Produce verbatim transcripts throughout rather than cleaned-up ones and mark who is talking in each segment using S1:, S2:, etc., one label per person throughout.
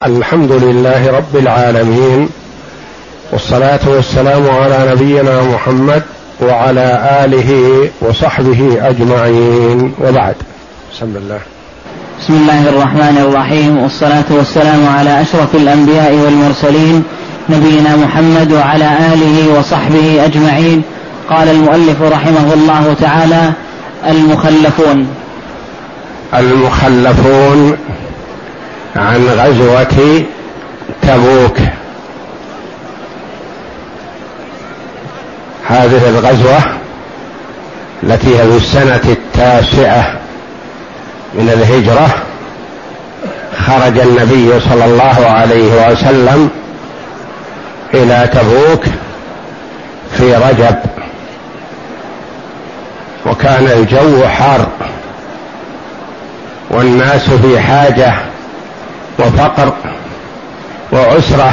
S1: الحمد لله رب العالمين، والصلاة والسلام على نبينا محمد وعلى آله وصحبه أجمعين، وبعد. بسم الله
S2: بسم الله الرحمن الرحيم، والصلاة والسلام على أشرف الأنبياء والمرسلين نبينا محمد وعلى آله وصحبه أجمعين. قال المؤلف رحمه الله تعالى: المخلفون.
S1: المخلفون عن غزوة تبوك. هذه الغزوة التي هي في السنة التاسعة من الهجرة خرج النبي صلى الله عليه وسلم إلى تبوك في رجب، وكان الجو حار والناس في حاجة وفقر وعسرة،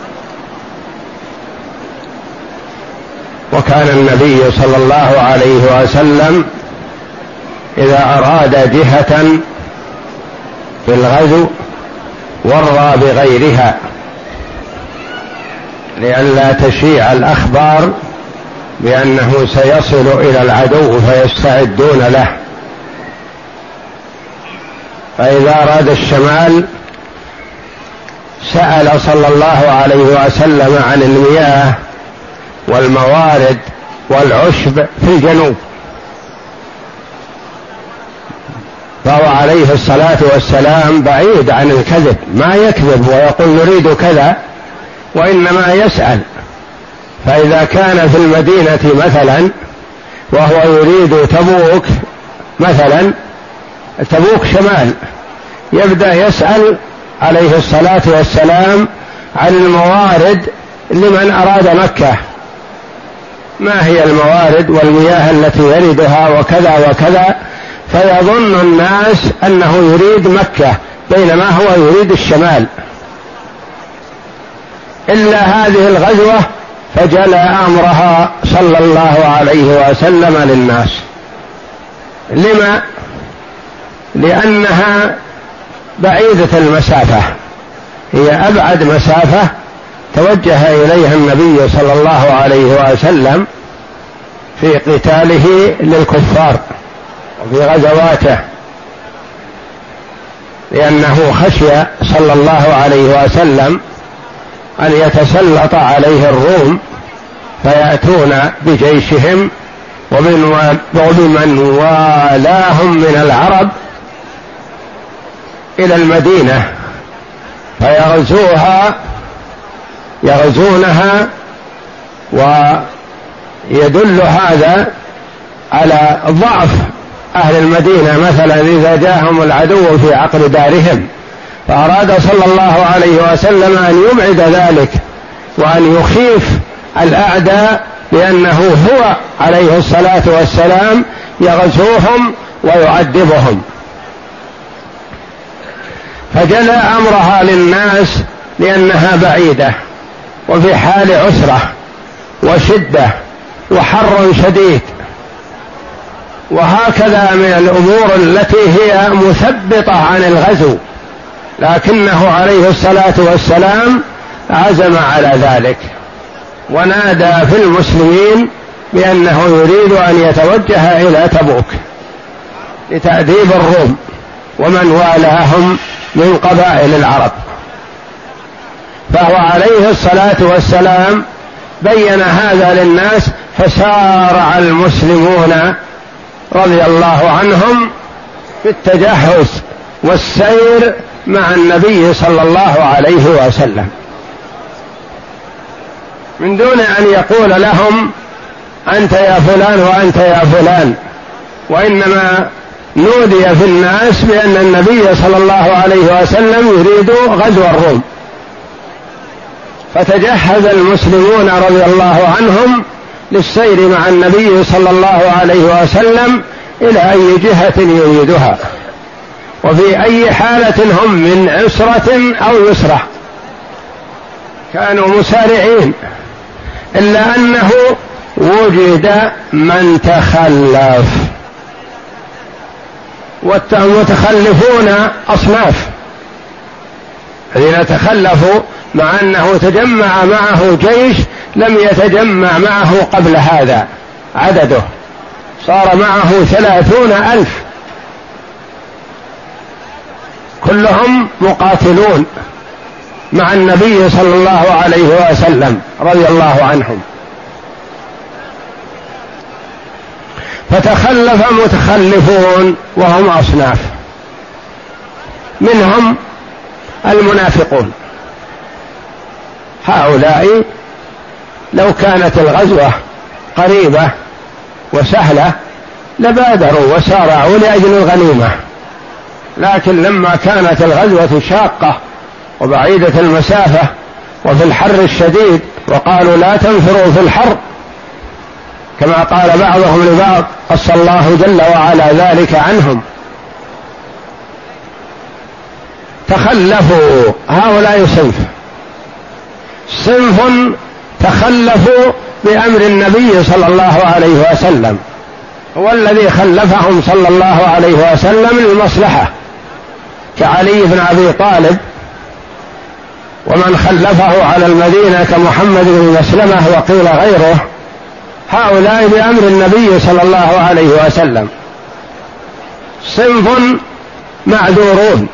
S1: وكان النبي صلى الله عليه وسلم إذا أراد جهة في الغزو ورى بغيرها لئلا تشيع الأخبار بأنه سيصل إلى العدو فيستعدون له. فإذا أراد الشمال سأل صلى الله عليه وسلم عن المياه والموارد والعشب في الجنوب، فهو عليه الصلاة والسلام بعيد عن الكذب، ما يكذب ويقول نريد كذا، وإنما يسأل. فإذا كان في المدينة مثلا وهو يريد تبوك مثلا، تبوك شمال، يبدأ يسأل عليه الصلاة والسلام عن الموارد لمن أراد مكة، ما هي الموارد والمياه التي يردها وكذا وكذا، فيظن الناس أنه يريد مكة بينما هو يريد الشمال. إلا هذه الغزوة فجلى أمرها صلى الله عليه وسلم للناس. لما؟ لأنها بعيدة المسافة، هي أبعد مسافة توجه إليها النبي صلى الله عليه وسلم في قتاله للكفار وفي غزواته، لأنه خشي صلى الله عليه وسلم أن يتسلط عليه الروم فيأتون بجيشهم ومن والاهم من العرب إلى المدينة فيغزوها يغزونها. ويدل هذا على ضعف أهل المدينة مثلا إذا جاءهم العدو في عقر دارهم، فأراد صلى الله عليه وسلم أن يبعد ذلك وأن يخيف الأعداء، لأنه هو عليه الصلاة والسلام يغزوهم ويعذبهم. فجلى أمرها للناس لأنها بعيدة وفي حال عسرة وشدة وحر شديد، وهكذا من الأمور التي هي مثبطة عن الغزو، لكنه عليه الصلاة والسلام عزم على ذلك ونادى في المسلمين بأنه يريد أن يتوجه إلى تبوك لتأديب الروم ومن والاهم من قبائل العرب. فهو عليه الصلاة والسلام بين هذا للناس، فسارع المسلمون رضي الله عنهم في التجهز والسير مع النبي صلى الله عليه وسلم، من دون أن يقول لهم أنت يا فلان وأنت يا فلان، وإنما نودي في الناس بأن النبي صلى الله عليه وسلم يريد غزو الروم. فتجهز المسلمون رضي الله عنهم للسير مع النبي صلى الله عليه وسلم إلى أي جهة يريدها، وفي أي حالة هم من عسرة أو يسرة كانوا مسارعين، إلا أنه وجد من تخلف، والمتخلفون أصناف، الذين تخلفوا مع أنه تجمع معه جيش لم يتجمع معه قبل هذا، عدده صار معه ثلاثون ألف كلهم مقاتلون مع النبي صلى الله عليه وسلم رضي الله عنهم. فتخلف متخلفون وهم أصناف، منهم المنافقون، هؤلاء لو كانت الغزوة قريبة وسهلة لبادروا وسارعوا لأجل الغنيمة، لكن لما كانت الغزوة شاقة وبعيدة المسافة وفي الحر الشديد وقالوا لا تنفروا في الحر كما قال بعضهم لبعض قص الله جل وعلا ذلك عنهم، تخلفوا. هؤلاء صنف صنف تخلفوا بأمر النبي صلى الله عليه وسلم، هو الذي خلفهم صلى الله عليه وسلم للمصلحة، كعلي بن أبي طالب ومن خلفه على المدينة كمحمد بن مسلمة وقيل غيره، هؤلاء بأمر النبي صلى الله عليه وسلم. صنف معذورون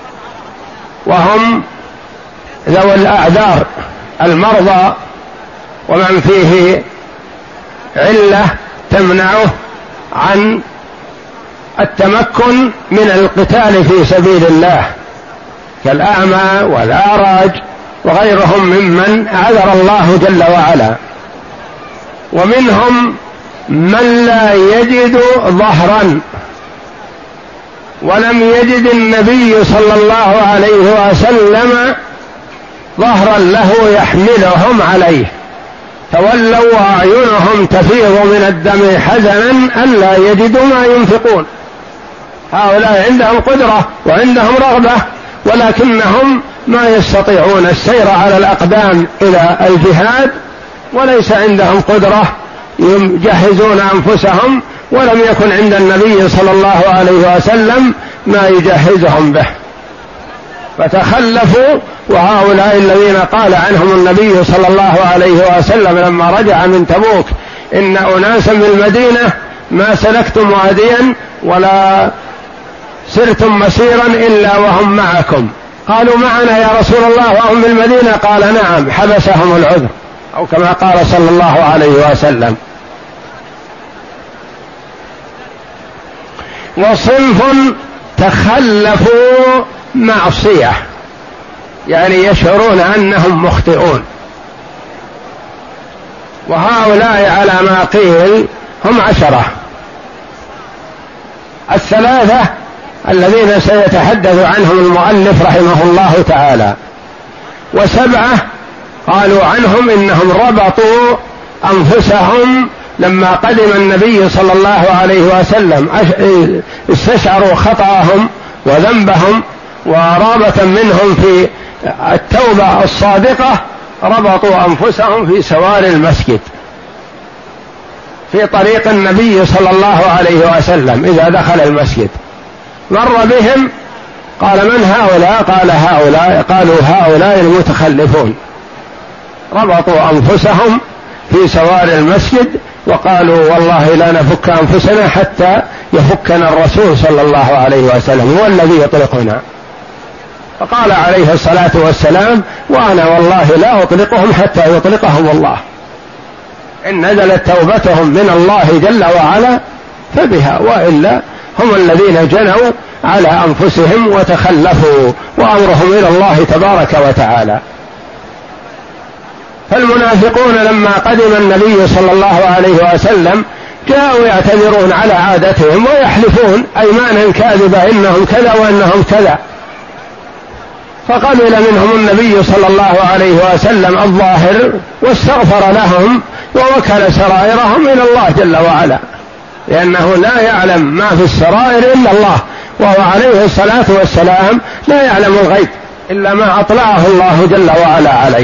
S1: وهم ذوي الأعذار، المرضى ومن فيه علة تمنعه عن التمكن من القتال في سبيل الله، كالأعمى والأعرج وغيرهم ممن عذر الله جل وعلا. ومنهم من لا يجد ظهرا ولم يجد النبي صلى الله عليه وسلم ظهرا له يحملهم عليه، تولوا وأعينهم تفيض من الدم حزنا ألا يجدوا ما ينفقون. هؤلاء عندهم قدرة وعندهم رغبة ولكنهم ما يستطيعون السير على الأقدام إلى الجهاد، وليس عندهم قدرة يجهزون أنفسهم، ولم يكن عند النبي صلى الله عليه وسلم ما يجهزهم به، فتخلفوا. وهؤلاء الذين قال عنهم النبي صلى الله عليه وسلم لما رجع من تبوك إن أناسا بالمدينة ما سلكتم واديا ولا سرتم مسيرا إلا وهم معكم، قالوا معنا يا رسول الله وهم بالمدينة؟ قال نعم، حبسهم العذر، أو كما قال صلى الله عليه وسلم. وصنف تخلفوا معصية، يعني يشعرون أنهم مخطئون، وهؤلاء على ما قيل هم عشرة. الثلاثة الذين سيتحدث عنهم المؤلف رحمه الله تعالى، وسبعة قالوا عنهم إنهم ربطوا أنفسهم لما قدم النبي صلى الله عليه وسلم، استشعروا خطأهم وذنبهم ورغبة منهم في التوبة الصادقة، ربطوا أنفسهم في سوار المسجد في طريق النبي صلى الله عليه وسلم. إذا دخل المسجد مر بهم قال من هؤلاء؟ قال هؤلاء قالوا هؤلاء المتخلفون، ربطوا أنفسهم في سوار المسجد وقالوا والله لا نفك أنفسنا حتى يفكنا الرسول صلى الله عليه وسلم، هو الذي يطلقنا. فقال عليه الصلاة والسلام وأنا والله لا أطلقهم حتى يطلقهم الله، إن نزلت توبتهم من الله جل وعلا فبها، وإلا هم الذين جنوا على أنفسهم وتخلفوا وأمرهم إلى الله تبارك وتعالى. فالمنافقون لما قدم النبي صلى الله عليه وسلم جاءوا يعتذرون على عادتهم ويحلفون أيمانا كاذبة إنهم كذا وإنهم كذا، فقبل منهم النبي صلى الله عليه وسلم الظاهر واستغفر لهم ووكل سرائرهم إلى الله جل وعلا، لأنه لا يعلم ما في السرائر إلا الله، وهو عليه الصلاة والسلام لا يعلم الغيب إلا ما أطلعه الله جل وعلا عليه.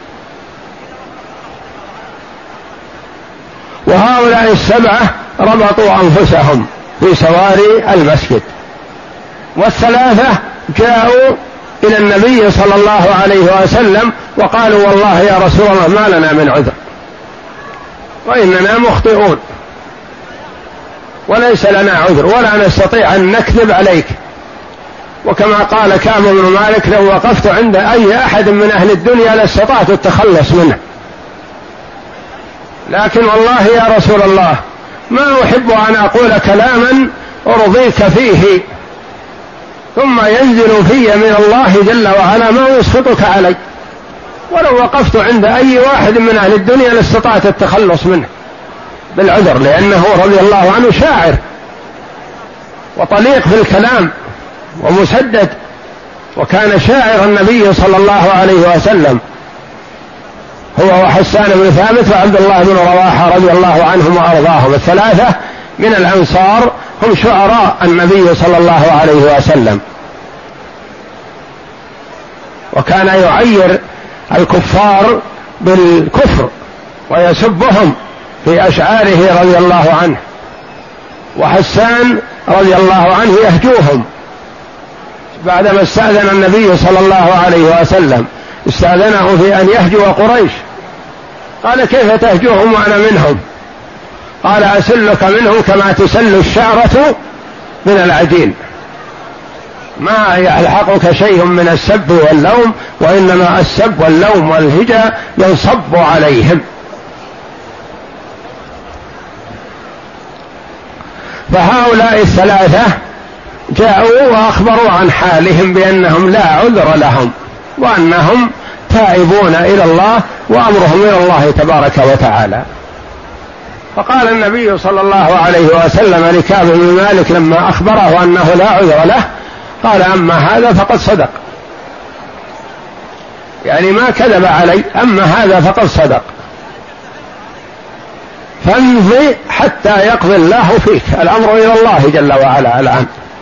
S1: وهؤلاء السبعة ربطوا أنفسهم في سواري المسجد، والثلاثة جاءوا إلى النبي صلى الله عليه وسلم وقالوا والله يا رسول الله ما لنا من عذر وإننا مخطئون وليس لنا عذر ولا نستطيع أن نكذب عليك. وكما قال كعب بن مالك لو وقفت عند أي أحد من أهل الدنيا لاستطعت التخلص منه، لكن والله يا رسول الله ما أحب أن أقول كلاما أرضيك فيه ثم ينزل في من الله جل وعلا ما يسخطك علي، ولو وقفت عند أي واحد من أهل الدنيا لاستطعت التخلص منه بالعذر، لأنه رضي الله عنه شاعر وطليق في الكلام ومسدد، وكان شاعر النبي صلى الله عليه وسلم هو وحسان بن ثابت وعبد الله بن رواحة رضي الله عنهم وأرضاهم، الثلاثة من الأنصار هم شعراء النبي صلى الله عليه وسلم. وكان يعير الكفار بالكفر ويسبهم في أشعاره رضي الله عنه، وحسان رضي الله عنه يهجوهم بعدما استأذن النبي صلى الله عليه وسلم، استأذنه في أن يهجو قريش، قال كيف تهجوهم وأنا منهم؟ قال أسلك منهم كما تسل الشعرة من العجين، ما يلحقك شيء من السب واللوم، وإنما السب واللوم والهجا ينصب عليهم. فهؤلاء الثلاثة جاءوا وأخبروا عن حالهم بأنهم لا عذر لهم وأنهم تائبون إلى الله وأمرهم إلى الله تبارك وتعالى. فقال النبي صلى الله عليه وسلم لكعب بن مالك لما أخبره أنه لا عذر له، قال أما هذا فقد صدق، يعني ما كذب علي، أما هذا فقد صدق، فامضي حتى يقضي الله فيك، الأمر إلى الله جل وعلا الآن.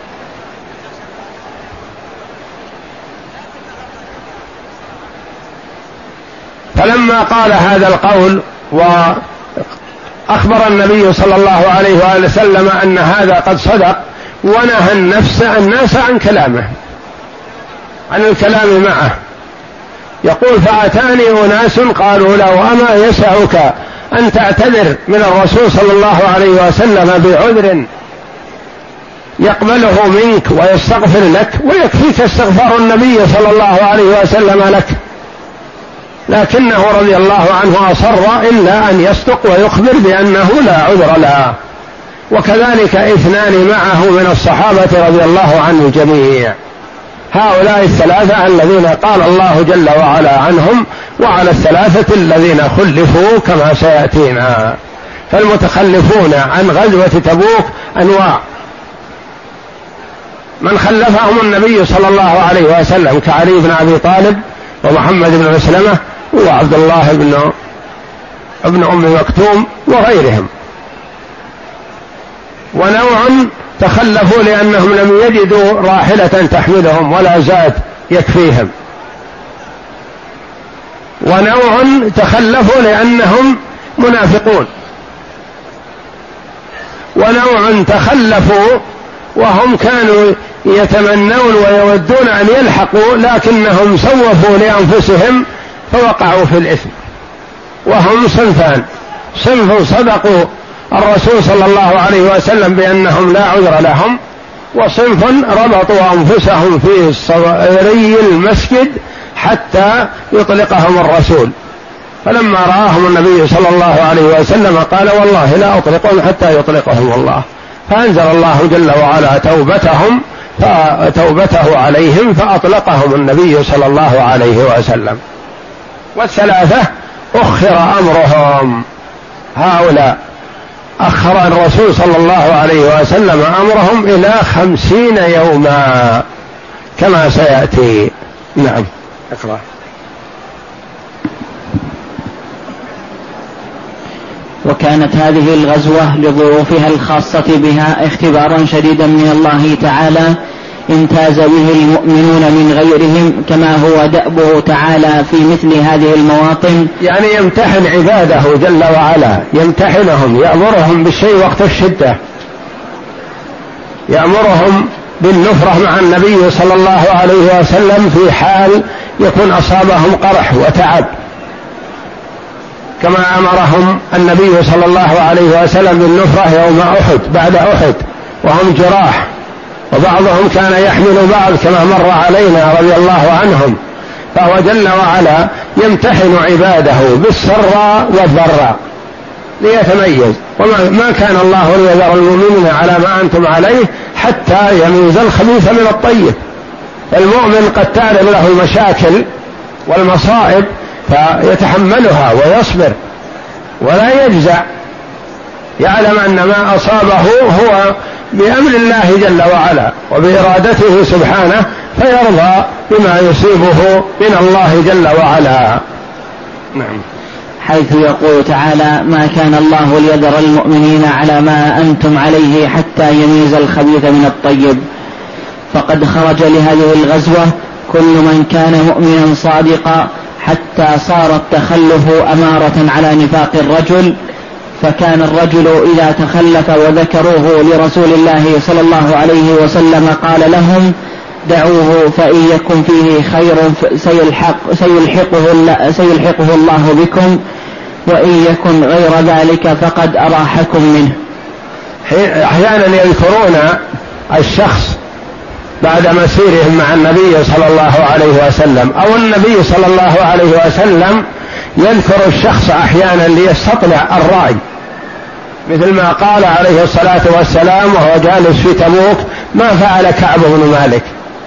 S1: فلما قال هذا القول وأخبر النبي صلى الله عليه وآله وسلم أن هذا قد صدق، ونهى النفس الناس عن كلامه، عن الكلام معه. يقول فأتاني أناس قالوا له أما يسعك أن تعتذر من الرسول صلى الله عليه وسلم بعذر يقبله منك ويستغفر لك، ويكفيك استغفار النبي صلى الله عليه وسلم لك، لكنه رضي الله عنه أصر إلا أن يصدق ويخبر بأنه لا عذر له. وكذلك اثنان معه من الصحابة رضي الله عنه جميع، هؤلاء الثلاثة الذين قال الله جل وعلا عنهم، وعلى الثلاثة الذين خلفوا كما سيأتينا. فالمتخلفون عن غزوة تبوك أنواع، من خلفهم النبي صلى الله عليه وسلم كعلي بن أبي طالب ومحمد بن مسلمة وعبد الله بن ابن أم مكتوم وغيرهم. ونوع تخلفوا لأنهم لم يجدوا راحلة تحملهم ولا زاد يكفيهم. ونوع تخلفوا لأنهم منافقون. ونوع تخلفوا وهم كانوا يتمنون ويودون أن يلحقوا لكنهم سوفوا لأنفسهم فوقعوا في الإثم. وهم صنفان: صنف صدقوا الرسول صلى الله عليه وسلم بأنهم لا عذر لهم، وصنف ربطوا أنفسهم في صدري المسجد حتى يطلقهم الرسول، فلما رآهم النبي صلى الله عليه وسلم قال والله لا أطلقهم حتى يطلقهم الله، فأنزل الله جل وعلا توبتهم فتوبته عليهم فأطلقهم النبي صلى الله عليه وسلم. والثلاثة أخر أمرهم، هؤلاء أخر الرسول صلى الله عليه وسلم أمرهم إلى خمسين يوما كما سيأتي. نعم اقرأ.
S2: وكانت هذه الغزوة لظروفها الخاصة بها اختبارا شديدا من الله تعالى امتاز به المؤمنون من غيرهم، كما هو دأبه تعالى في مثل هذه المواطن،
S1: يعني يمتحن عباده جل وعلا، يمتحنهم، يأمرهم بالشيء وقت الشدة، يأمرهم بالنفرة مع النبي صلى الله عليه وسلم في حال يكون أصابهم قرح وتعب، كما أمرهم النبي صلى الله عليه وسلم بالنفرة يوم أحد بعد أحد وهم جراح، وبعضهم كان يحمل بعض كما مر علينا رضي الله عنهم. فهو جل وعلا يمتحن عباده بالسراء والضراء ليتميز، وما كان الله ليذر المؤمنين على ما أنتم عليه حتى يميز الخبيث من الطيب. المؤمن قد تعرض له المشاكل والمصائب فيتحملها ويصبر ولا يجزع، يعلم أن ما أصابه هو بأمر الله جل وعلا وبإرادته سبحانه، فيرضى بما يصيبه من الله جل وعلا. نعم.
S2: حيث يقول تعالى: ما كان الله ليذر المؤمنين على ما أنتم عليه حتى يميز الخبيث من الطيب. فقد خرج لهذه الغزوة كل من كان مؤمنا صادقا، حتى صار التخلف أمارة على نفاق الرجل. فكان الرجل إذا تخلف وذكروه لرسول الله صلى الله عليه وسلم قال لهم: دعوه فإن يكن فيه خير سيلحق سيلحقه, سيلحقه الله بكم، وإن يكن غير ذلك فقد أراحكم منه.
S1: أحيانا يذكرون الشخص بعد مسيرهم مع النبي صلى الله عليه وسلم، أو النبي صلى الله عليه وسلم يذكر الشخص أحيانا ليستطلع الرأي، مثل ما قال عليه الصلاة والسلام وهو جالس في تبوك: ما فعل كعب بن مالك؟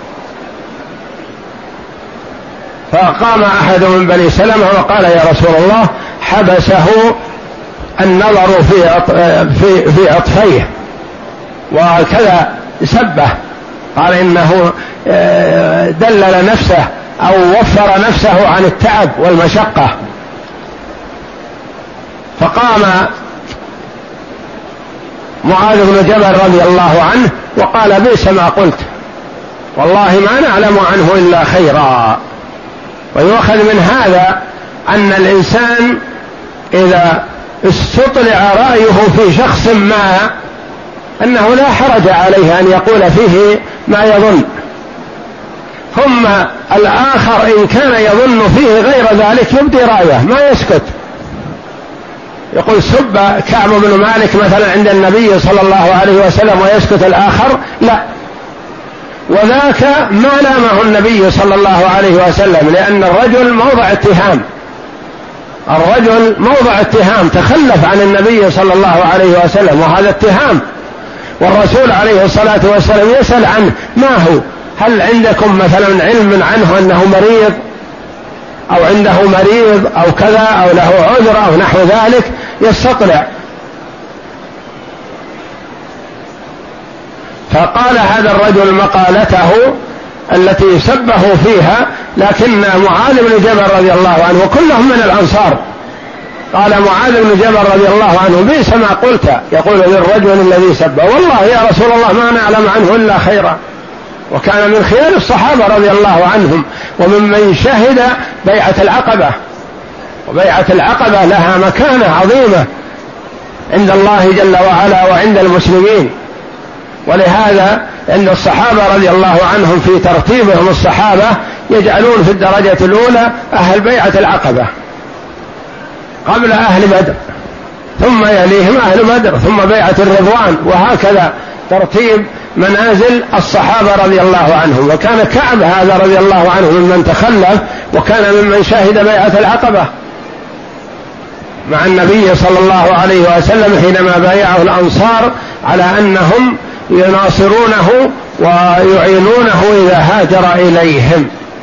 S1: فقام أحد من بني سلمة وقال: يا رسول الله، حبسه النظر في في في عطفيه وكذا سبه، قال إنه دلل نفسه أو وفر نفسه عن التعب والمشقة. فقام معاذ بن جبل رضي الله عنه وقال: بئس ما قلت، والله ما نعلم عنه إلا خيرا. ويؤخذ من هذا أن الإنسان إذا استطلع رأيه في شخص ما أنه لا حرج عليه أن يقول فيه ما يظن، ثم الآخر إن كان يظن فيه غير ذلك يبدي رأيه ما يسكت، يقول سب كعب بن مالك مثلا عند النبي صلى الله عليه وسلم ويسكت الآخر، لا، وذاك ما لامه النبي صلى الله عليه وسلم، لأن الرجل موضع اتهام، الرجل موضع اتهام، تخلف عن النبي صلى الله عليه وسلم وهذا اتهام، والرسول عليه الصلاة والسلام يسأل عنه: ما هو؟ هل عندكم مثلا علم عنه أنه مريض أو عنده مريض أو كذا أو له عذر أو نحو ذلك؟ يستطلع. فقال هذا الرجل مقالته التي سبه فيها، لكن معاذ بن جبل رضي الله عنه وكلهم من الأنصار قال معاذ بن جبل رضي الله عنه: بئس ما قلت، يقول للرجل الذي سبه: والله يا رسول الله ما نعلم عنه إلا خيرا. وكان من خيار الصحابة رضي الله عنهم وممن شهد بيعة العقبة، وبيعة العقبة لها مكانة عظيمة عند الله جل وعلا وعند المسلمين. ولهذا عند الصحابة رضي الله عنهم في ترتيبهم الصحابة يجعلون في الدرجة الأولى أهل بيعة العقبة قبل أهل بدر، ثم يليهم أهل بدر، ثم بيعة الرضوان، وهكذا ترتيب منازل الصحابة رضي الله عنهم. وكان كعب هذا رضي الله عنه ممن تخلف، وكان ممن شهد بيعة العقبة مع النبي صلى الله عليه وسلم حينما بايعه الأنصار على أنهم يناصرونه ويعينونه إذا هاجر إليهم.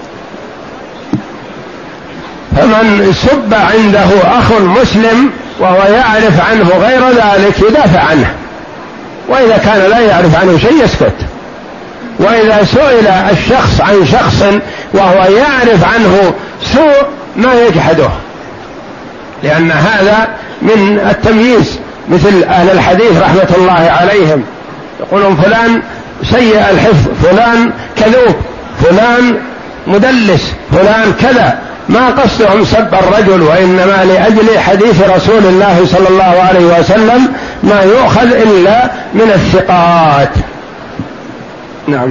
S1: فمن سب عنده أخ مسلم وهو يعرف عنه غير ذلك يدافع عنه، وإذا كان لا يعرف عنه شيء يسكت. وإذا سئل الشخص عن شخص وهو يعرف عنه سوء ما يجحده، لأن هذا من التمييز، مثل أهل الحديث رحمة الله عليهم يقولون فلان سيء الحفظ، فلان كذوب، فلان مدلس، فلان كذا، ما قصدهم سب الرجل، وإنما لأجل حديث رسول الله صلى الله عليه وسلم ما يؤخذ إلا من الثقات. نعم.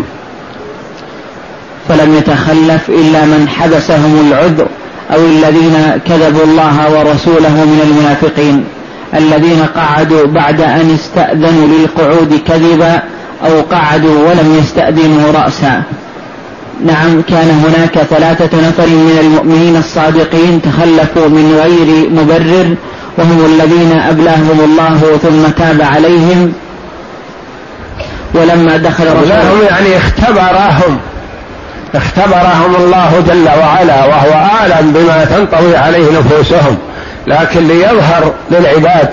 S2: فلم يتخلف إلا من حبسهم العذر أو الذين كذبوا الله ورسوله من المنافقين الذين قعدوا بعد أن استأذنوا للقعود كذبا أو قعدوا ولم يستأذنوا رأسا. نعم، كان هناك ثلاثة نفر من المؤمنين الصادقين تخلفوا من غير مبرر، وهم الذين أبلاهم الله ثم تاب عليهم. ولما دخل
S1: أبلاهم يعني اختبرهم اختبرهم الله جل وعلا، وهو أعلم بما تنطوي عليه نفوسهم، لكن ليظهر للعباد.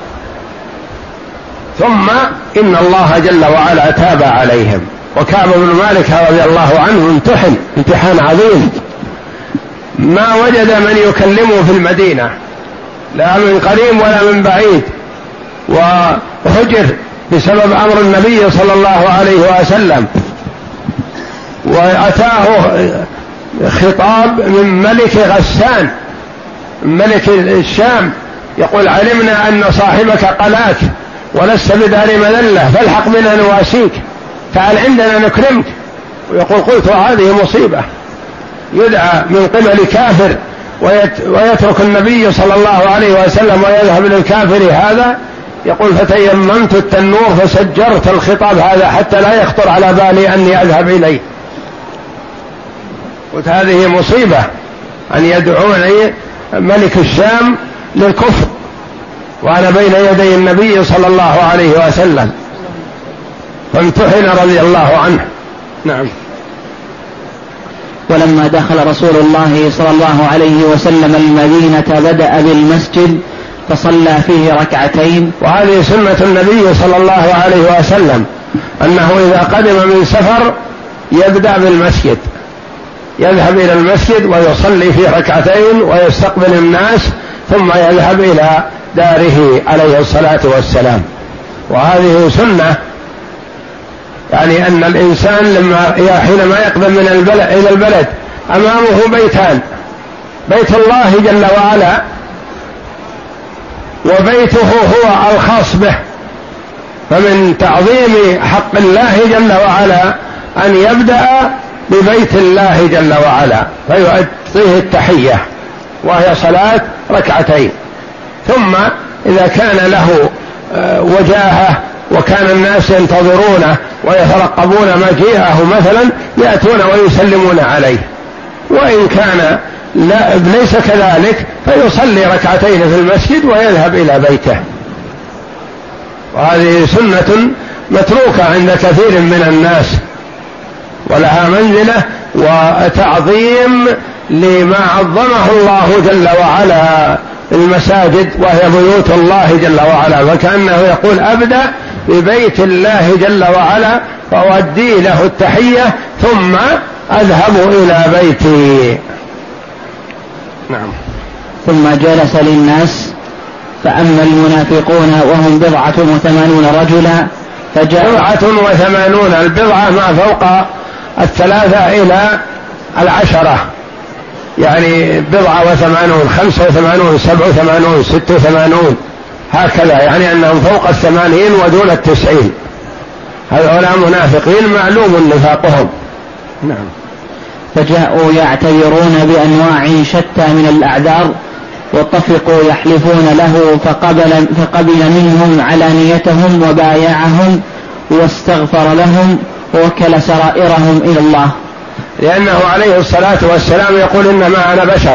S1: ثم إن الله جل وعلا تاب عليهم. وكعب بن مالك رضي الله عنه امتحن امتحان عظيم، ما وجد من يكلمه في المدينة لا من قريب ولا من بعيد، وهجر بسبب أمر النبي صلى الله عليه وسلم، وأتاه خطاب من ملك غسان ملك الشام يقول: علمنا أن صاحبك قلاك ولست بدار مذلة، فالحق بنا نواسيك، تعال عندنا نكرمك. ويقول: قلت هذه مصيبة، يدعى من قبل كافر ويترك النبي صلى الله عليه وسلم ويذهب للكافر هذا. يقول: فتيممت التنور فسجرت الخطاب هذا حتى لا يخطر على بالي أني أذهب إليه. قلت: هذه مصيبة أن يدعوني ملك الشام للكفر وأنا بين يدي النبي صلى الله عليه وسلم. فامتحن رضي الله عنه. نعم.
S2: ولما دخل رسول الله صلى الله عليه وسلم المدينة بدأ بالمسجد فصلى فيه ركعتين.
S1: وهذه سنة النبي صلى الله عليه وسلم، أنه إذا قدم من سفر يبدأ بالمسجد، يذهب إلى المسجد ويصلي فيه ركعتين ويستقبل الناس ثم يذهب إلى داره عليه الصلاة والسلام. وهذه سنة، يعني أن الإنسان لما حينما يقدم من البلد إلى البلد أمامه بيتان: بيت الله جل وعلا وبيته هو الخاص به، فمن تعظيم حق الله جل وعلا أن يبدأ ببيت الله جل وعلا فيؤديه التحية وهي صلاة ركعتين. ثم إذا كان له وجاهة وكان الناس ينتظرونه ويترقبون مجيئه مثلا يأتون ويسلمون عليه، وإن كان لا ليس كذلك فيصلي ركعتين في المسجد ويذهب إلى بيته. وهذه سنة متروكة عند كثير من الناس، ولها منزلة وتعظيم لما عظمه الله جل وعلا المساجد وهي بيوت الله جل وعلا، فكأنه يقول: أبدأ ببيت الله جل وعلا فأودي له التحية ثم أذهب إلى بيتي. نعم.
S2: ثم جلس للناس، فأما المنافقون وهم بضعة وثمانون رجلا فجاء
S1: بضعة وثمانون، البضعة ما فوق الثلاثة إلى العشرة، يعني بضعة وثمانون، خمسة وثمانون، سبع وثمانون، ست وثمانون، هكذا، يعني أنهم فوق الثمانين ودون التسعين. هؤلاء منافقين معلوم نفاقهم. نعم.
S2: فجاءوا يعتذرون بأنواع شتى من الأعذار، واتفقوا يحلفون له، فقبل, فقبل منهم علانيتهم وبايعهم واستغفر لهم ووكل سرائرهم إلى الله،
S1: لأنه عليه الصلاة والسلام يقول: إنما أنا بشر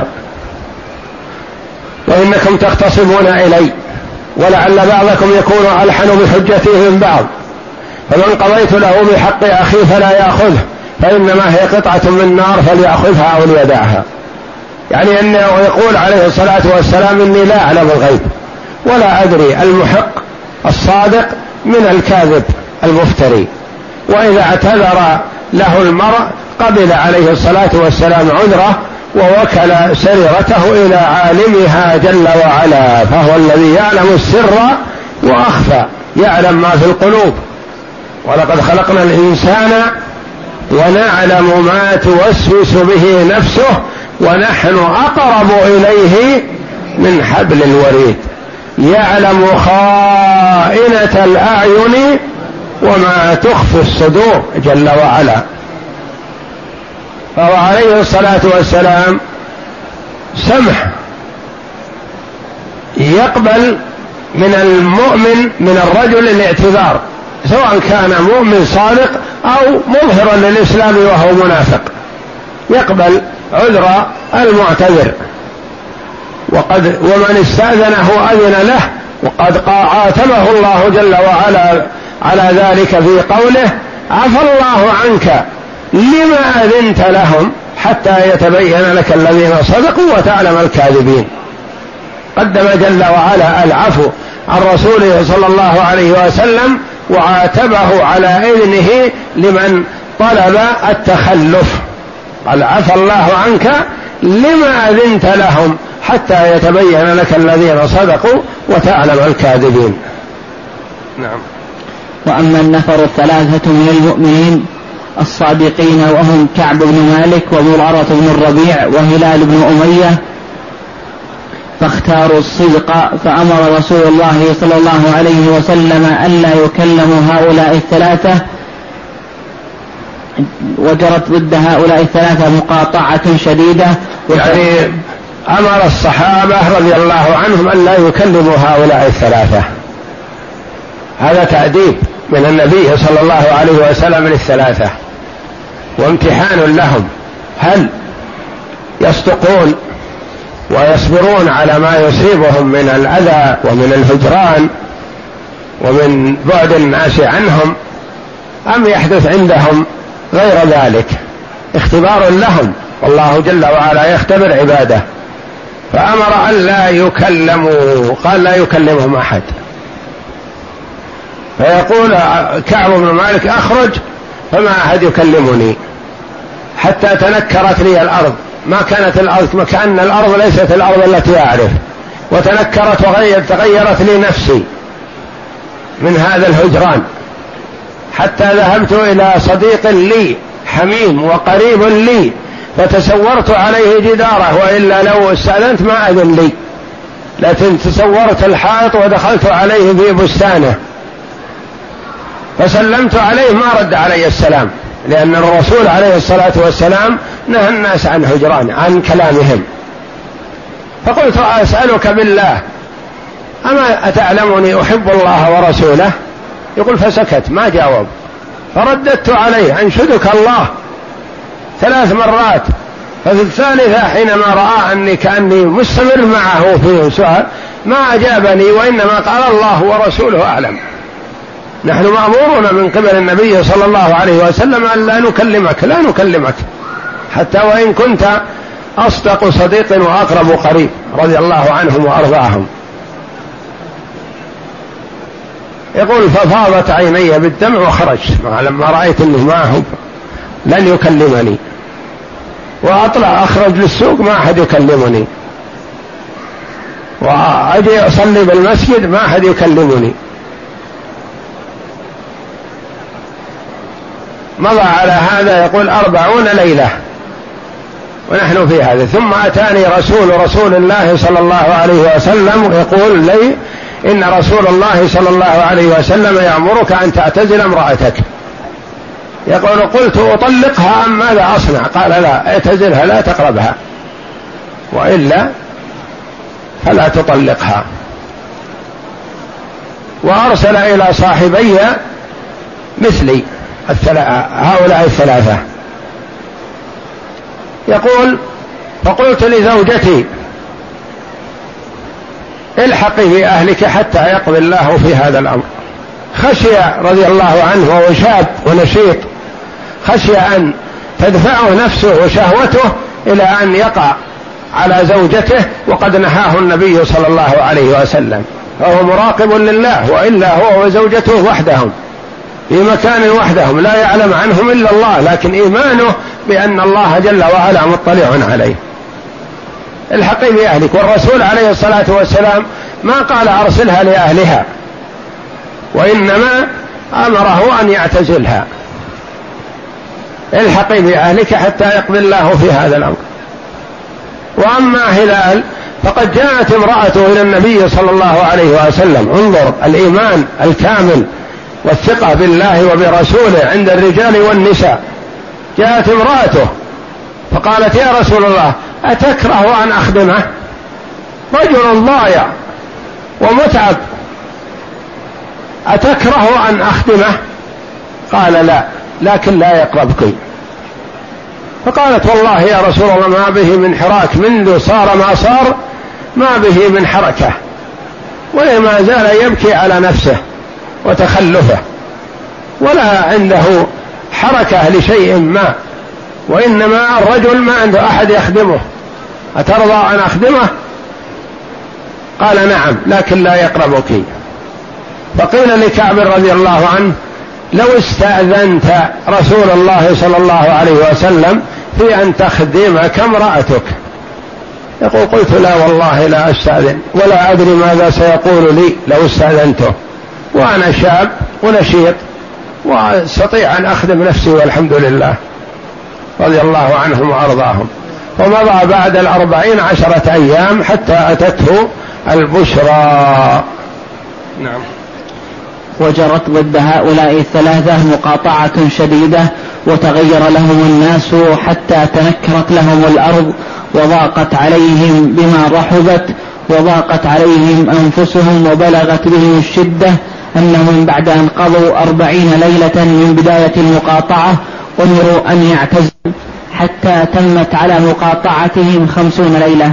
S1: وإنكم تختصمون إلي، ولعل بعضكم يكون ألحن بحجته من بعض، فمن قضيت له بحق أخي فلا يأخذه، فإنما هي قطعة من نار فليأخذها أو ليدعها. يعني أنه يقول عليه الصلاة والسلام: إني لا أعلم الغيب ولا أدري المحق الصادق من الكاذب المفتري. وإذا اعتذر له المرء قبل عليه الصلاة والسلام عذره ووكل سريرته إلى عالمها جل وعلا، فهو الذي يعلم السر وأخفى، يعلم ما في القلوب. ولقد خلقنا الإنسان ونعلم ما توسوس به نفسه ونحن أقرب إليه من حبل الوريد. يعلم خائنة الأعين وما تخفي الصدور جل وعلا. فهو عليه الصلاة والسلام سمح، يقبل من المؤمن من الرجل الاعتذار، سواء كان مؤمن صادق أو مظهرا للإسلام وهو منافق، يقبل عذر المعتذر. وقد ومن استأذنه أذن له، وقد عاتبه الله جل وعلا على ذلك في قوله: عفى الله عنك لما أذنت لهم حتى يتبين لك الذين صدقوا وتعلم الكاذبين. قدم جل وعلا العفو عن رسوله صلى الله عليه وسلم، وعاتبه على إذنه لمن طلب التخلف. قال: عفى الله عنك لما أذنت لهم حتى يتبين لك الذين صدقوا وتعلم الكاذبين. نعم.
S2: وأما النفر الثلاثة من المؤمنين الصادقين وهم كعب بن مالك وزرارة بن الربيع وهلال بن أمية فاختاروا الصدق، فأمر رسول الله صلى الله عليه وسلم ألا يكلموا هؤلاء الثلاثة، وجرت ضد هؤلاء الثلاثة مقاطعة شديدة.
S1: يعني أمر الصحابة رضي الله عنهم ألا يكلموا هؤلاء الثلاثة، هذا تأديب من النبي صلى الله عليه وسلم للثلاثة وامتحان لهم، هل يصدقون ويصبرون على ما يصيبهم من الأذى ومن الهجران ومن بعد الناس عنهم، أم يحدث عندهم غير ذلك؟ اختبار لهم، والله جل وعلا يختبر عباده. فأمر أن لا يكلموا، قال: لا يكلمهم أحد. فيقول كعب بن مالك: أخرج، فما أحد يكلمني حتى تنكرت لي الأرض، ما كانت الأرض، كأن الأرض ليست الأرض التي أعرف، وتنكرت وغيرت تغيرت لي نفسي من هذا الهجران، حتى ذهبت إلى صديق لي حميم وقريب لي فتسورت عليه جداره، وإلا لو استأذنت ما أذن لي، لكن تسورت الحائط ودخلت عليه في بستانه فسلمت عليه، ما رد علي السلام، لأن الرسول عليه الصلاة والسلام نهى الناس عن هجران عن كلامهم. فقلت: أسألك بالله، أما أتعلمني أحب الله ورسوله؟ يقول: فسكت ما جاوب. فرددت عليه: أنشدك الله، ثلاث مرات. ففي الثالثة حينما رأى أني كأني مستمر معه في سؤال ما أجابني، وإنما قال: الله ورسوله أعلم. نحن مأمورون من قبل النبي صلى الله عليه وسلم أن لا نكلمك، لا نكلمك حتى وإن كنت أصدق صديق وأقرب قريب، رضي الله عنهم وأرضاهم. يقول: ففاضت عيني بالدمع وخرجت لما رأيت أنه ما هو لن يكلمني، وأطلع أخرج للسوق ما أحد يكلمني، وأجي أصلي بالمسجد ما أحد يكلمني. مضى على هذا يقول أربعون ليلة ونحن في هذا، ثم أتاني رسول رسول الله صلى الله عليه وسلم يقول لي: إن رسول الله صلى الله عليه وسلم يأمرك أن تعتزل امرأتك. يقول: قلت: أطلقها أم ماذا أصنع؟ قال: لا، اعتزلها، لا تقربها، وإلا فلا تطلقها. وأرسل إلى صاحبي مثلي هؤلاء الثلاثة. يقول: فقلت لزوجتي: الحقي بأهلك حتى يقضي الله في هذا الأمر. خشي رضي الله عنه وهو شاب ونشيط، خشي أن تدفعه نفسه وشهوته إلى أن يقع على زوجته، وقد نهاه النبي صلى الله عليه وسلم، فهو مراقب لله، وإلا هو وزوجته وحدهم في مكان وحدهم لا يعلم عنهم إلا الله، لكن إيمانه بأن الله جل وعلا مطلع عليه. الحقي بأهلك. والرسول عليه الصلاة والسلام ما قال أرسلها لأهلها، وإنما أمره أن يعتزلها. الحقي بأهلك حتى يقضي الله في هذا الأمر. وأما هلال فقد جاءت امرأته إلى النبي صلى الله عليه وسلم، انظر الإيمان الكامل والثقة بالله وبرسوله عند الرجال والنساء. جاءت امرأته فقالت يا رسول الله أتكره أن أخدمه؟ رجل ضايع ومتعب، أتكره أن أخدمه؟ قال لا، لكن لا يقربك. فقالت والله يا رسول الله ما به من حراك، منذ صار ما صار ما به من حركة، وما زال يبكي على نفسه وتخلفه، ولا عنده حركة لشيء ما، وإنما الرجل ما عنده أحد يخدمه، أترضى أن أخدمه؟ قال نعم، لكن لا يقربك. فقيل لكعب رضي الله عنه لو استأذنت رسول الله صلى الله عليه وسلم في أن تخدمك امرأتك، يقول قلت لا والله لا أستأذن، ولا أدري ماذا سيقول لي لو استأذنته، وأنا شاب ونشيط واستطيع أن أخدم نفسي والحمد لله، رضي الله عنهم وأرضاهم. ومضى بعد الأربعين عشرة أيام حتى أتته البشرى. نعم.
S2: وجرت ضد هؤلاء الثلاثة مقاطعة شديدة، وتغير لهم الناس حتى تنكرت لهم الأرض، وضاقت عليهم بما رحبت، وضاقت عليهم أنفسهم، وبلغت بهم الشدة أنهم بعد أن قضوا أربعين ليلة من بداية المقاطعة أمروا أن يعتزلوا حتى تمت على مقاطعتهم خمسون ليلة.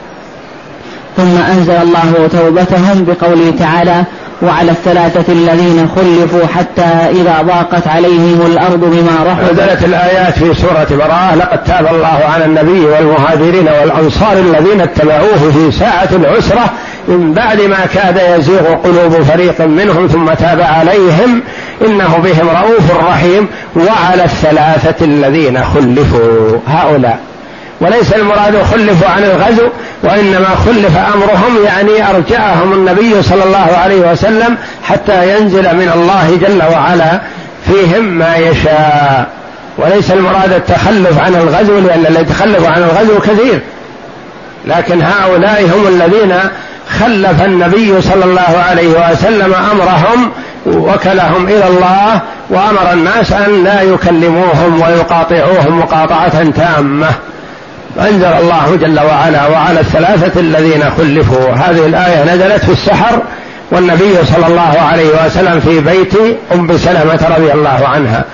S2: ثم أنزل الله توبتهم بقوله تعالى: وعلى الثلاثة الذين خلفوا حتى إذا ضاقت عليهم الأرض بما رحبت.
S1: نزلت الآيات في سورة براءة: لقد تاب الله على النبي والمهاجرين والأنصار الذين اتبعوه في ساعة العسرة من بعد ما كاد يزيغ قلوب فريق منهم ثم تاب عليهم إنه بهم رؤوف رحيم. وعلى الثلاثة الذين خلفوا، هؤلاء، وليس المراد خلفوا عن الغزو، وإنما خلف أمرهم، يعني أرجعهم النبي صلى الله عليه وسلم حتى ينزل من الله جل وعلا فيهم ما يشاء. وليس المراد التخلف عن الغزو، لأن الذي يتخلف عن الغزو كثير، لكن هؤلاء هم الذين خلف النبي صلى الله عليه وسلم أمرهم، وكلهم إلى الله، وأمر الناس أن لا يكلموهم ويقاطعوهم مقاطعة تامة. أنزل الله جل وعلا: وعلى الثلاثة الذين خلفوا. هذه الآية نزلت في السحر، والنبي صلى الله عليه وسلم في بيت أم سلمة رضي الله عنها،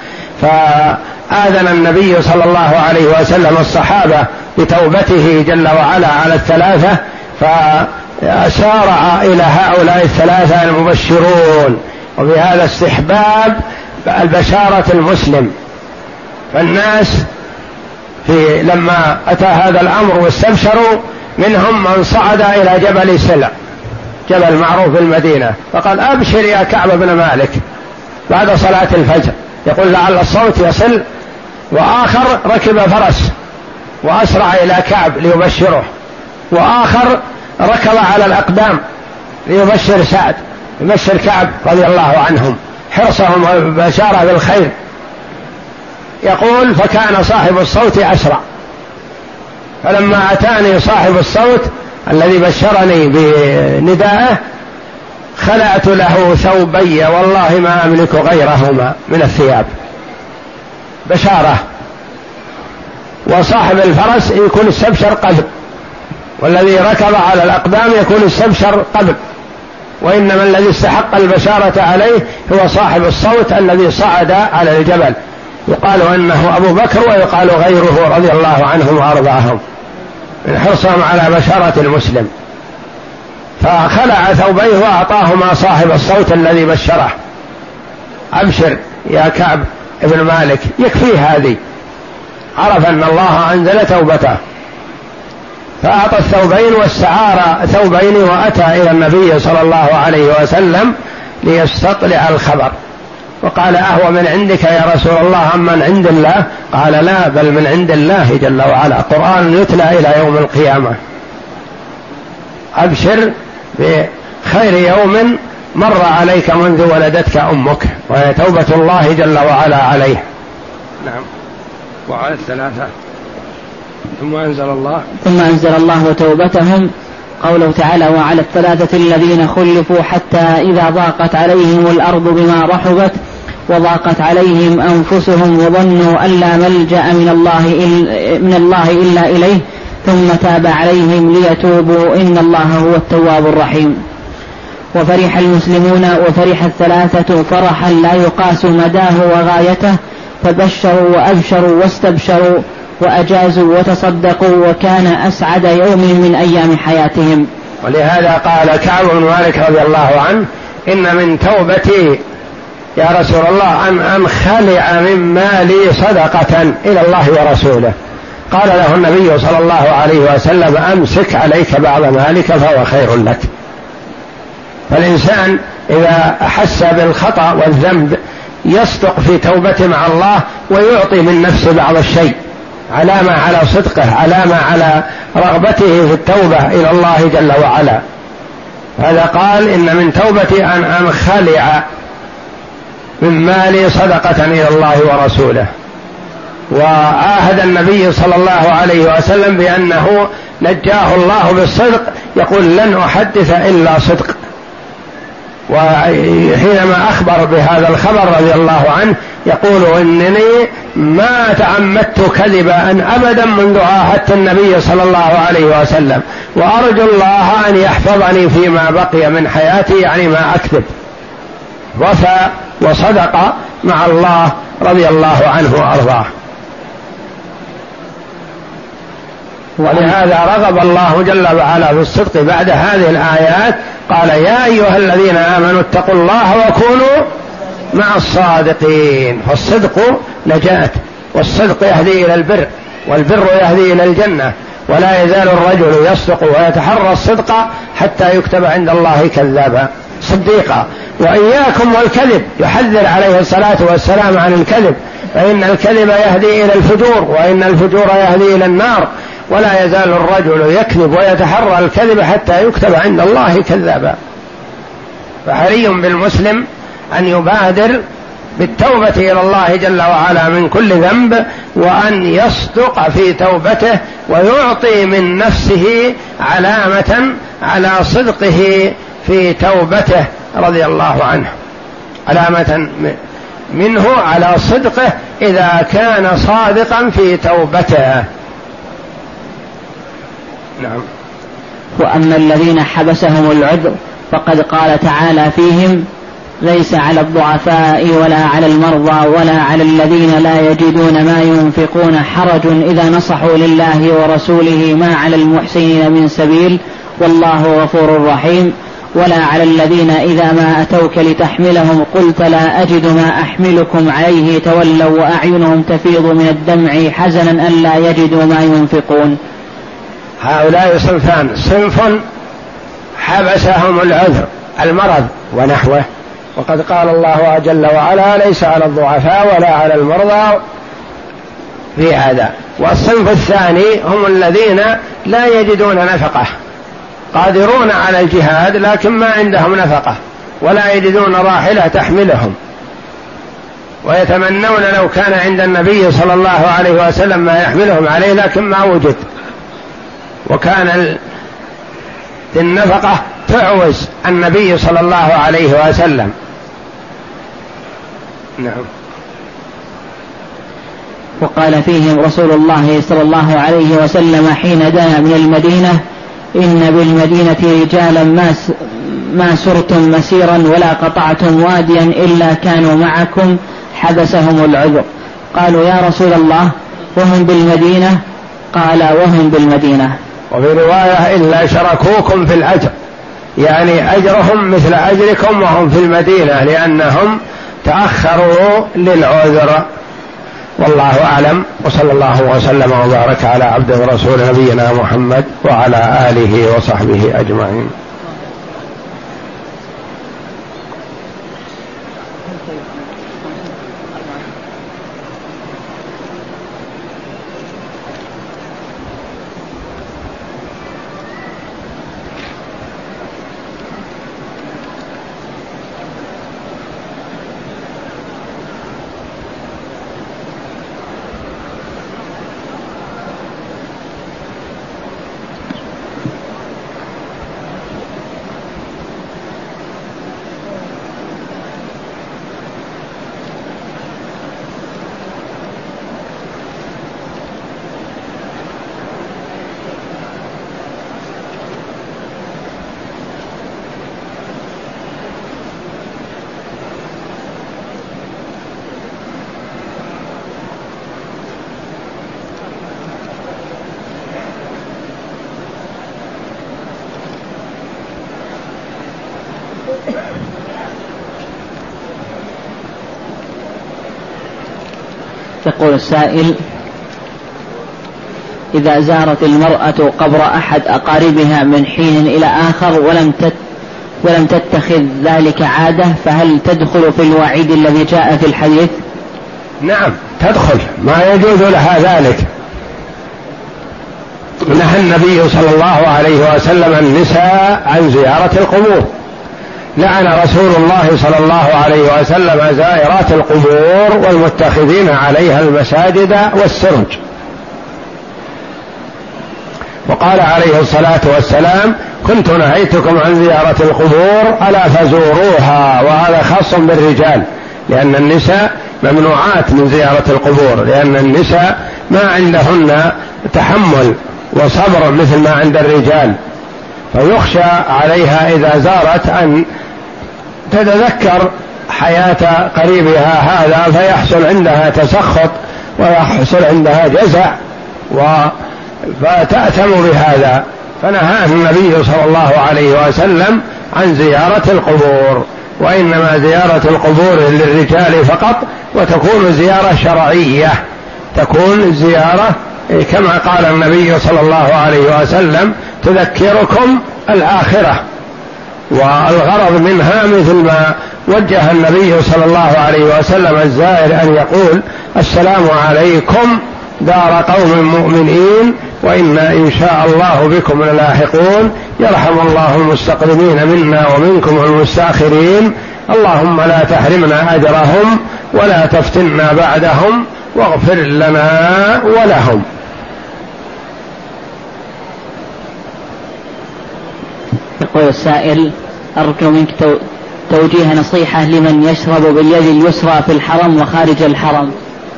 S1: فآذن النبي صلى الله عليه وسلم الصحابة بتوبته جل وعلا على الثلاثة، فسارع إلى هؤلاء الثلاثة المبشرون. وبهذا استحباب البشارة المسلم، فالناس في لما أتى هذا الأمر واستبشروا، منهم من صعد إلى جبل سلع، جبل معروف في المدينة، فقال: أبشر يا كعب بن مالك، بعد صلاة الفجر، يقول لعل الصوت يصل. وآخر ركب فرس وأسرع إلى كعب ليبشره، وآخر ركب على الأقدام ليبشر سعد، يبشر كعب رضي الله عنهم، حرصهم وبشارة بالخير. يقول: فكان صاحب الصوت أسرع، فلما أتاني صاحب الصوت الذي بشرني بندائه خلعت له ثوبي والله ما أملك غيرهما من الثياب، بشارة. وصاحب الفرس يكون استبشر قبل، والذي ركب على الأقدام يكون استبشر قبل، وإنما الذي استحق البشارة عليه هو صاحب الصوت الذي صعد على الجبل، يقال أنه أبو بكر ويقال غيره رضي الله عنهم وأرضاهم من حرصهم على بشارة المسلم. فخلع ثوبيه وأعطاهما صاحب الصوت الذي بشره: أبشر يا كعب ابن مالك، يكفي هذه. عرف أن الله أنزل توبته، فأعطى الثوبين واستعار ثوبين، وأتى إلى النبي صلى الله عليه وسلم ليستطلع الخبر، وقال: أهو من عندك يا رسول الله أم من عند الله؟ قال: لا، بل من عند الله جل وعلا، قرآن يتلى إلى يوم القيامة. أبشر بخير يوم مر عليك منذ ولدتك أمك، وهي توبة الله جل وعلا عليه. نعم. وعلى الثلاثة ثم أنزل الله
S2: ثم أنزل الله توبتهم قوله تعالى وعلى الثلاثة الذين خلفوا حتى إذا ضاقت عليهم الأرض بما رحبت وضاقت عليهم أنفسهم وظنوا أن لا ملجأ من الله من الله إلا إليه ثم تاب عليهم ليتوبوا إن الله هو التواب الرحيم. وفرح المسلمون وفرح الثلاثة فرحا لا يقاس مداه وغايته، فبشروا وأبشروا واستبشروا وأجازوا وتصدقوا وكان أسعد يوم من أيام حياتهم.
S1: ولهذا قال كعب بن مالك رضي الله عنه إن من توبتي يا رسول الله أن أنخلع من مالي صدقة إلى الله ورسوله. قال له النبي صلى الله عليه وسلم أمسك عليك بعض مالك فهو خير لك. فالإنسان إذا أحس بالخطأ والذنب يصدق في توبته مع الله ويعطي من نفسه بعض الشيء علامة على صدقه، علامة على رغبته في التوبة إلى الله جل وعلا. هذا قال إن من توبتي أن أنخلع من مالي صدقة إلى الله ورسوله. وعاهد النبي صلى الله عليه وسلم بأنه نجاه الله بالصدق، يقول لن أحدث إلا صدق. وحينما أخبر بهذا الخبر رضي الله عنه يقول إنني ما تعمدت كذبا أبدا منذ عاهدت النبي صلى الله عليه وسلم، وأرجو الله أن يحفظني فيما بقي من حياتي، يعني ما أكذب. وفى وصدق مع الله رضي الله عنه وأرضاه. ولهذا رغب الله جل وعلا في الصدق بعد هذه الآيات، قال يا أيها الذين آمنوا اتقوا الله وكونوا مع الصادقين. فالصدق نجاة، والصدق يهدي إلى البر، والبر يهدي إلى الجنة. ولا يزال الرجل يصدق ويتحرى الصدق حتى يكتب عند الله كذابا صديقا. وإياكم والكذب، يحذر عليه الصلاة والسلام عن الكذب، فإن الكذب يهدي إلى الفجور، وإن الفجور يهدي إلى النار. ولا يزال الرجل يكذب ويتحرى الكذب حتى يكتب عند الله كذابا. فحري بالمسلم أن يبادر بالتوبة إلى الله جل وعلا من كل ذنب، وأن يصدق في توبته ويعطي من نفسه علامة على صدقه في توبته رضي الله عنه، علامة منه على صدقه إذا كان صادقا في توبته. نعم.
S2: وأما الذين حبسهم العذر فقد قال تعالى فيهم ليس على الضعفاء ولا على المرضى ولا على الذين لا يجدون ما ينفقون حرج إذا نصحوا لله ورسوله ما على المحسنين من سبيل والله غفور رحيم. ولا على الذين إذا ما أتوك لتحملهم قلت لا أجد ما أحملكم عليه تولوا وأعينهم تفيض من الدمع حزنا أن لا يجدوا ما ينفقون.
S1: هؤلاء صنفان: صنف حبسهم العذر المرض ونحوه، وقد قال الله جل وعلا ليس على الضعفاء ولا على المرضى في هذا. والصنف الثاني هم الذين لا يجدون نفقة، قادرون على الجهاد لكن ما عندهم نفقة ولا يجدون راحلة تحملهم، ويتمنون لو كان عند النبي صلى الله عليه وسلم ما يحملهم عليه لكن ما وجد، وكان النفقة تعوز النبي صلى الله عليه وسلم. نعم.
S2: وقال فيهم رسول الله صلى الله عليه وسلم حين دنا من المدينة إن بالمدينة رجالا ما ما سرتم مسيرا ولا قطعتم واديا إلا كانوا معكم حبسهم العذر. قالوا يا رسول الله وهم بالمدينة؟ قال وهم بالمدينة.
S1: وفي رواية إلا شركوكم في الأجر، يعني أجرهم مثل أجركم وهم في المدينة لأنهم تأخروا للعذر. والله أعلم، وصلى الله وسلم وبارك على عبده ورسول نبينا محمد وعلى آله وصحبه أجمعين.
S2: يقول السائل: إذا زارت المرأة قبر أحد أقاربها من حين إلى آخر ولم تت ولم تتخذ ذلك عادة، فهل تدخل في الوعيد الذي جاء في الحديث؟
S1: نعم تدخل، ما يجوز لها ذلك. نهى النبي صلى الله عليه وسلم النساء عن زيارة القبور، لعن رسول الله صلى الله عليه وسلم زائرات القبور والمتخذين عليها المساجد والسرج، وقال عليه الصلاة والسلام: كنت نهيتكم عن زيارة القبور ألا فزوروها. وهذا خاص بالرجال، لأن النساء ممنوعات من زيارة القبور، لأن النساء ما عندهن تحمل وصبر مثل ما عند الرجال، فيخشى عليها إذا زارت أن تتذكر حياة قريبها هذا فيحصل عندها تسخط ويحصل عندها جزع فتأثم بهذا، فنهاه النبي صلى الله عليه وسلم عن زيارة القبور، وإنما زيارة القبور للرجال فقط، وتكون زيارة شرعية، تكون زيارة كما قال النبي صلى الله عليه وسلم: تذكركم الآخرة. والغرض منها مثل ما وجه النبي صلى الله عليه وسلم الزائر أن يقول: السلام عليكم دار قوم مؤمنين وإنا إن شاء الله بكم للاحقون، يرحم الله المستقدمين منا ومنكم المستأخرين، اللهم لا تحرمنا أجرهم ولا تفتنا بعدهم واغفر لنا ولهم.
S2: يقول السائل: أرجو منك توجيه نصيحة لمن يشرب باليد اليسرى في الحرم وخارج الحرم.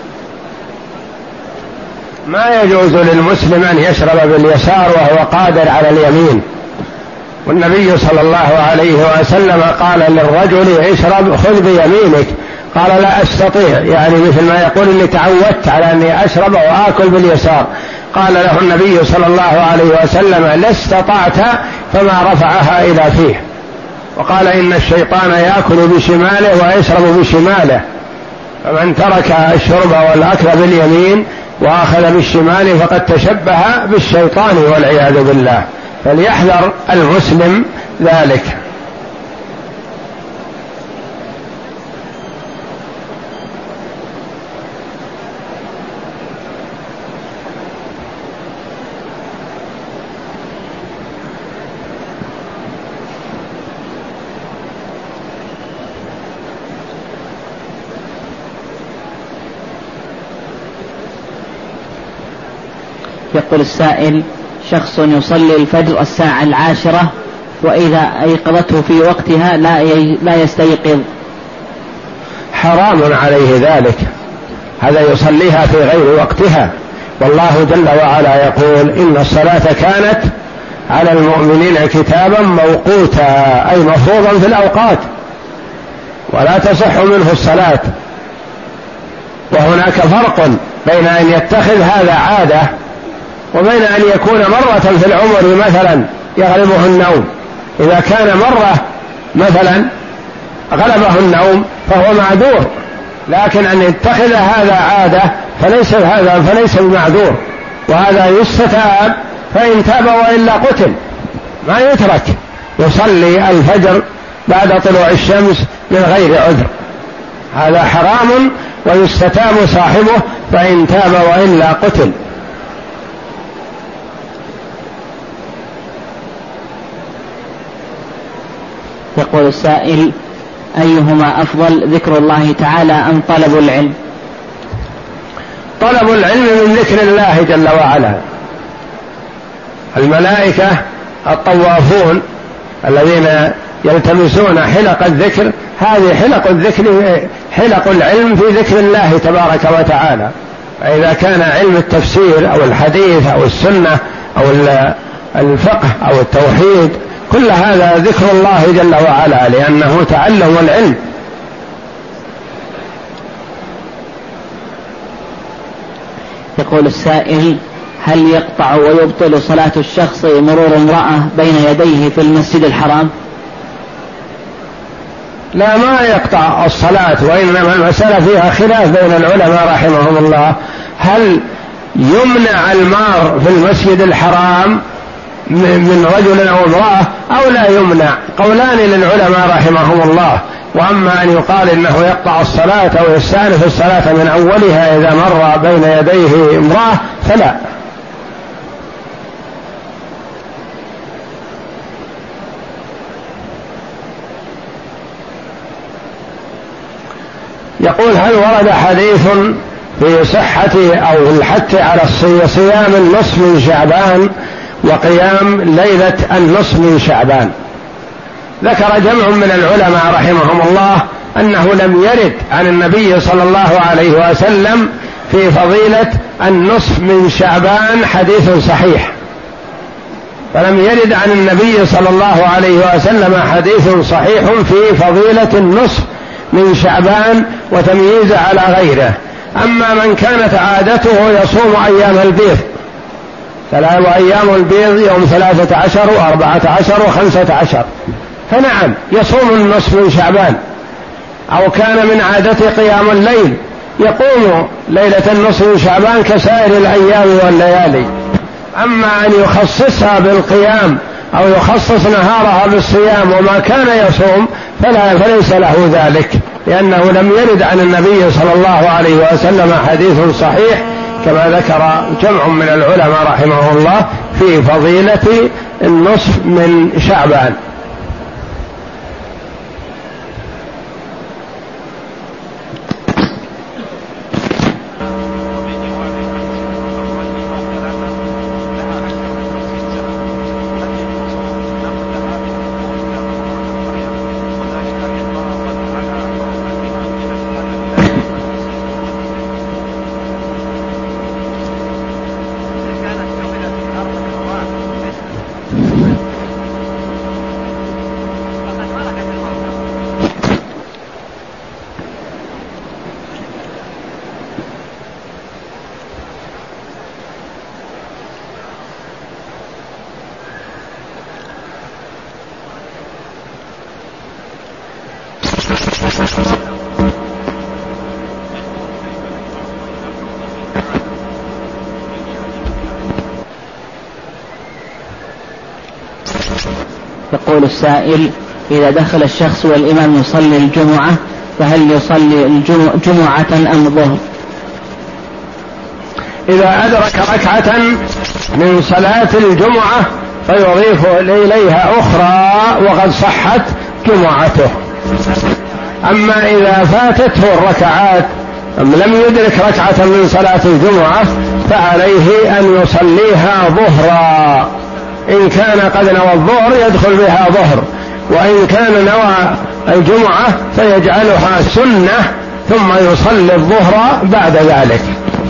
S1: ما يجوز للمسلم أن يشرب باليسار وهو قادر على اليمين، والنبي صلى الله عليه وسلم قال للرجل: اشرب خذ بيمينك، قال: لا أستطيع، يعني مثل ما يقول إني تعودت على أني أشرب وآكل باليسار. قال له النبي صلى الله عليه وسلم: لا استطعت، فما رفعها إلى فيه. وقال: إن الشيطان يأكل بشماله ويشرب بشماله، فمن ترك الشرب والأكل باليمين وأخذ بالشمال فقد تشبه بالشيطان والعياذ بالله، فليحذر المسلم ذلك.
S2: يقول السائل: شخص يصلي الفجر الساعة العاشرة وإذا أيقظته في وقتها لا لا يستيقظ،
S1: حرام عليه ذلك، هذا يصليها في غير وقتها، والله جل وعلا يقول: إن الصلاة كانت على المؤمنين كتابا موقوتا، أي مفروضا في الأوقات، ولا تصح منه الصلاة. وهناك فرق بين أن يتخذ هذا عادة وبين أن يكون مرة في العمر مثلا يغلبه النوم. إذا كان مرة مثلا غلبه النوم فهو معذور، لكن أن يتخذ هذا عادة فليس هذا فليس بمعذور، وهذا يستتاب، فإن تاب وإلا قتل، ما يترك يصلي الفجر بعد طلوع الشمس من غير عذر، هذا حرام ويستتاب صاحبه، فإن تاب وإلا قتل.
S2: يقول السائل: أيهما أفضل، ذكر الله تعالى أم طلب العلم؟
S1: طلب العلم من ذكر الله جل وعلا. الملائكة الطوافون الذين يلتمسون حلق الذكر، هذه حلق الذكر حلق العلم في ذكر الله تبارك وتعالى. فإذا كان علم التفسير أو الحديث أو السنة أو الفقه أو التوحيد، كل هذا ذكر الله جل وعلا، لأنه تعلم العلم.
S2: يقول السائل: هل يقطع ويبطل صلاة الشخص مرور امرأة بين يديه في المسجد الحرام؟
S1: لا ما يقطع الصلاة، وإنما المسألة فيها خلاف بين العلماء رحمهم الله، هل يمنع المار في المسجد الحرام من رجل أو امرأة أو لا يمنع؟ قولان للعلماء رحمهم الله. وأما أن يقال إنه يقطع الصلاة أو يستأنف الصلاة من أولها إذا مر بين يديه امرأة فلا. يقول: هل ورد حديث في صحة أو الحث على صيام النصف من شعبان وقيام ليلة النصف من شعبان؟ ذكر جمع من العلماء رحمهم الله أنه لم يرد عن النبي صلى الله عليه وسلم في فضيلة النصف من شعبان حديث صحيح، فلم يرد عن النبي صلى الله عليه وسلم حديث صحيح في فضيلة النصف من شعبان وتمييز على غيره. أما من كانت عادته يصوم أيام البيض، وأيام البيض يوم ثلاثة عشر وأربعة عشر وخمسة عشر، فنعم يصوم النصف من شعبان، أو كان من عادته قيام الليل يقوم ليلة النصف من شعبان كسائر الأيام والليالي. أما أن يخصصها بالقيام أو يخصص نهارها بالصيام وما كان يصوم فلا فليس له ذلك، لأنه لم يرد عن النبي صلى الله عليه وسلم حديث صحيح كما ذكر جمع من العلماء رحمه الله في فضيلة النصف من شعبان.
S2: يقول السائل: إذا دخل الشخص والإمام يصلي الجمعة فهل يصلي الجمعة أم ظهر؟
S1: إذا أدرك ركعة من صلاة الجمعة فيضيف إليها أخرى وقد صحت جمعته. أما إذا فاتته الركعات أم لم يدرك ركعة من صلاة الجمعة فعليه أن يصليها ظهرا، إن كان قد نوى الظهر يدخل بها ظهر، وإن كان نوى الجمعة فيجعلها سنة ثم يصلي الظهر بعد ذلك.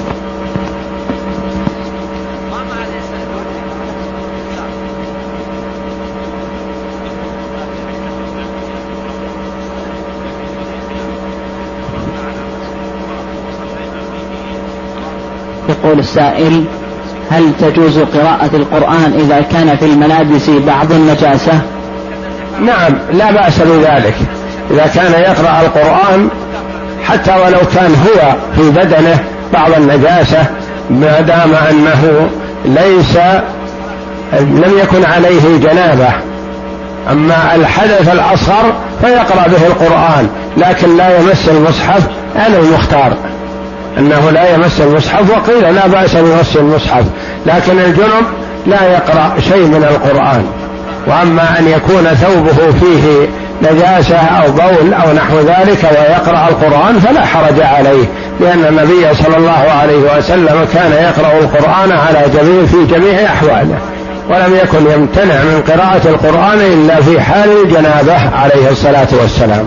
S2: يقول السائل: هل تجوز قراءة القرآن إذا كان في الملابس بعض النجاسة؟
S1: نعم، لا بأس بذلك. إذا كان يقرأ القرآن حتى ولو كان هو في بدنه بعض النجاسة ما دام أنه ليس لم يكن عليه جنابة. أما الحدث الأصغر فيقرأ به القرآن لكن لا يمس المصحف، أنا المختار أنه لا يمس المصحف، وقيل لا بأس بمس المصحف، لكن الجنب لا يقرأ شيء من القرآن. وأما أن يكون ثوبه فيه نجاسة أو بول أو نحو ذلك ويقرأ القرآن فلا حرج عليه، لأن النبي صلى الله عليه وسلم كان يقرأ القرآن على جميع في جميع أحواله، ولم يكن يمتنع من قراءة القرآن إلا في حال الجنابة عليه الصلاة والسلام.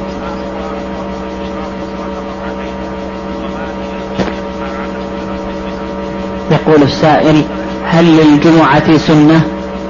S2: يقول السائل: هل للجمعة سنة؟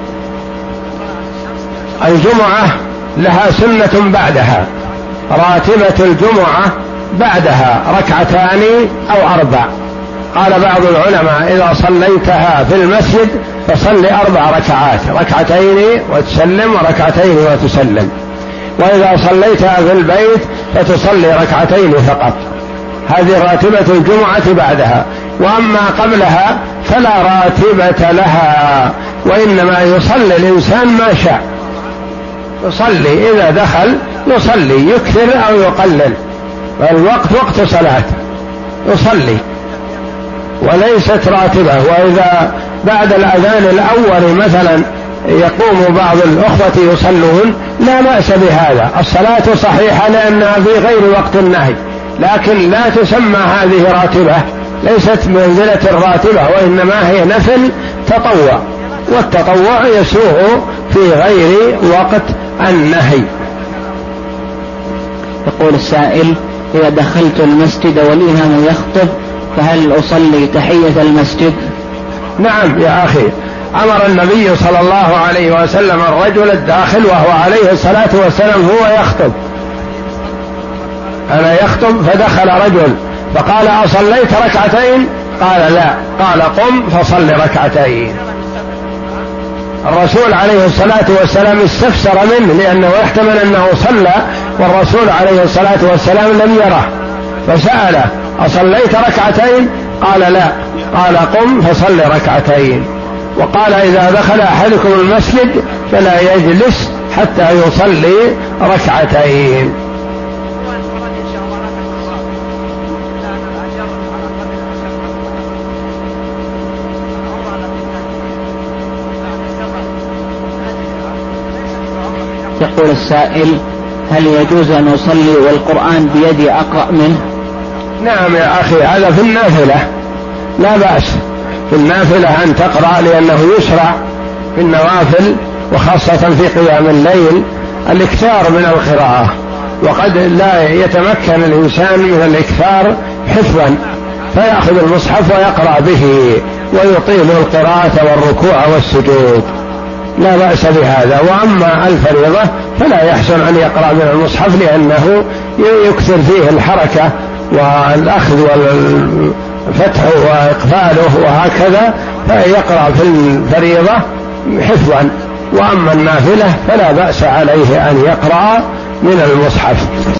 S1: الجمعة لها سنة بعدها، راتبة الجمعة بعدها ركعتان أو أربع. قال بعض العلماء: إذا صليتها في المسجد فصل أربع ركعات، ركعتين وتسلم وركعتين وتسلم. وإذا صليتها في البيت فتصلي ركعتين فقط، هذه راتبة الجمعة بعدها، وأما قبلها فلا راتبة لها، وإنما يصلي الإنسان ما شاء، يصلي إذا دخل يصلي يكثر أو يقلل، والوقت وقت صلاة يصلي وليست راتبة. وإذا بعد الأذان الأول مثلا يقوم بعض الأخوة يصلون لا بأس بهذا، الصلاة صحيحة لأنها في غير وقت النهي، لكن لا تسمى هذه راتبة، ليست منزلة الراتبة، وإنما هي نفل تطوع، والتطوع يسوغ في غير وقت النهي.
S2: يقول السائل: إذا دخلت المسجد والإمام يخطب فهل أصلي تحية المسجد؟
S1: نعم يا أخي، أمر النبي صلى الله عليه وسلم الرجل الداخل وهو عليه الصلاة والسلام هو يخطب، أنا يخطب فدخل رجل فقال: أصليت ركعتين؟ قال: لا. قال: قم فصل ركعتين. الرسول عليه الصلاة والسلام استفسر منه لأنه يحتمل أنه صلى والرسول عليه الصلاة والسلام لم يره، فسأله: أصليت ركعتين؟ قال: لا. قال: قم فصل ركعتين. وقال: إذا دخل أحدكم المسجد فلا يجلس حتى يصلي ركعتين.
S2: يقول السائل: هل يجوز أن أصلي والقرآن بيدي أقرأ منه؟
S1: نعم يا أخي، هذا في النافلة لا بأس، في النافلة أن تقرأ، لأنه يشرع في النوافل وخاصة في قيام الليل الإكثار من القراءة، وقد لا يتمكن الإنسان من الإكثار حفظا فيأخذ المصحف ويقرأ به ويطيل القراءة والركوع والسجود، لا بأس بهذا. وأما الفريضة فلا يحسن أن يقرأ من المصحف لأنه يكثر فيه الحركة والأخذ والفتح وإقفاله وهكذا، فيقرأ في الفريضة حفظا، وأما النافلة فلا بأس عليه أن يقرأ من المصحف.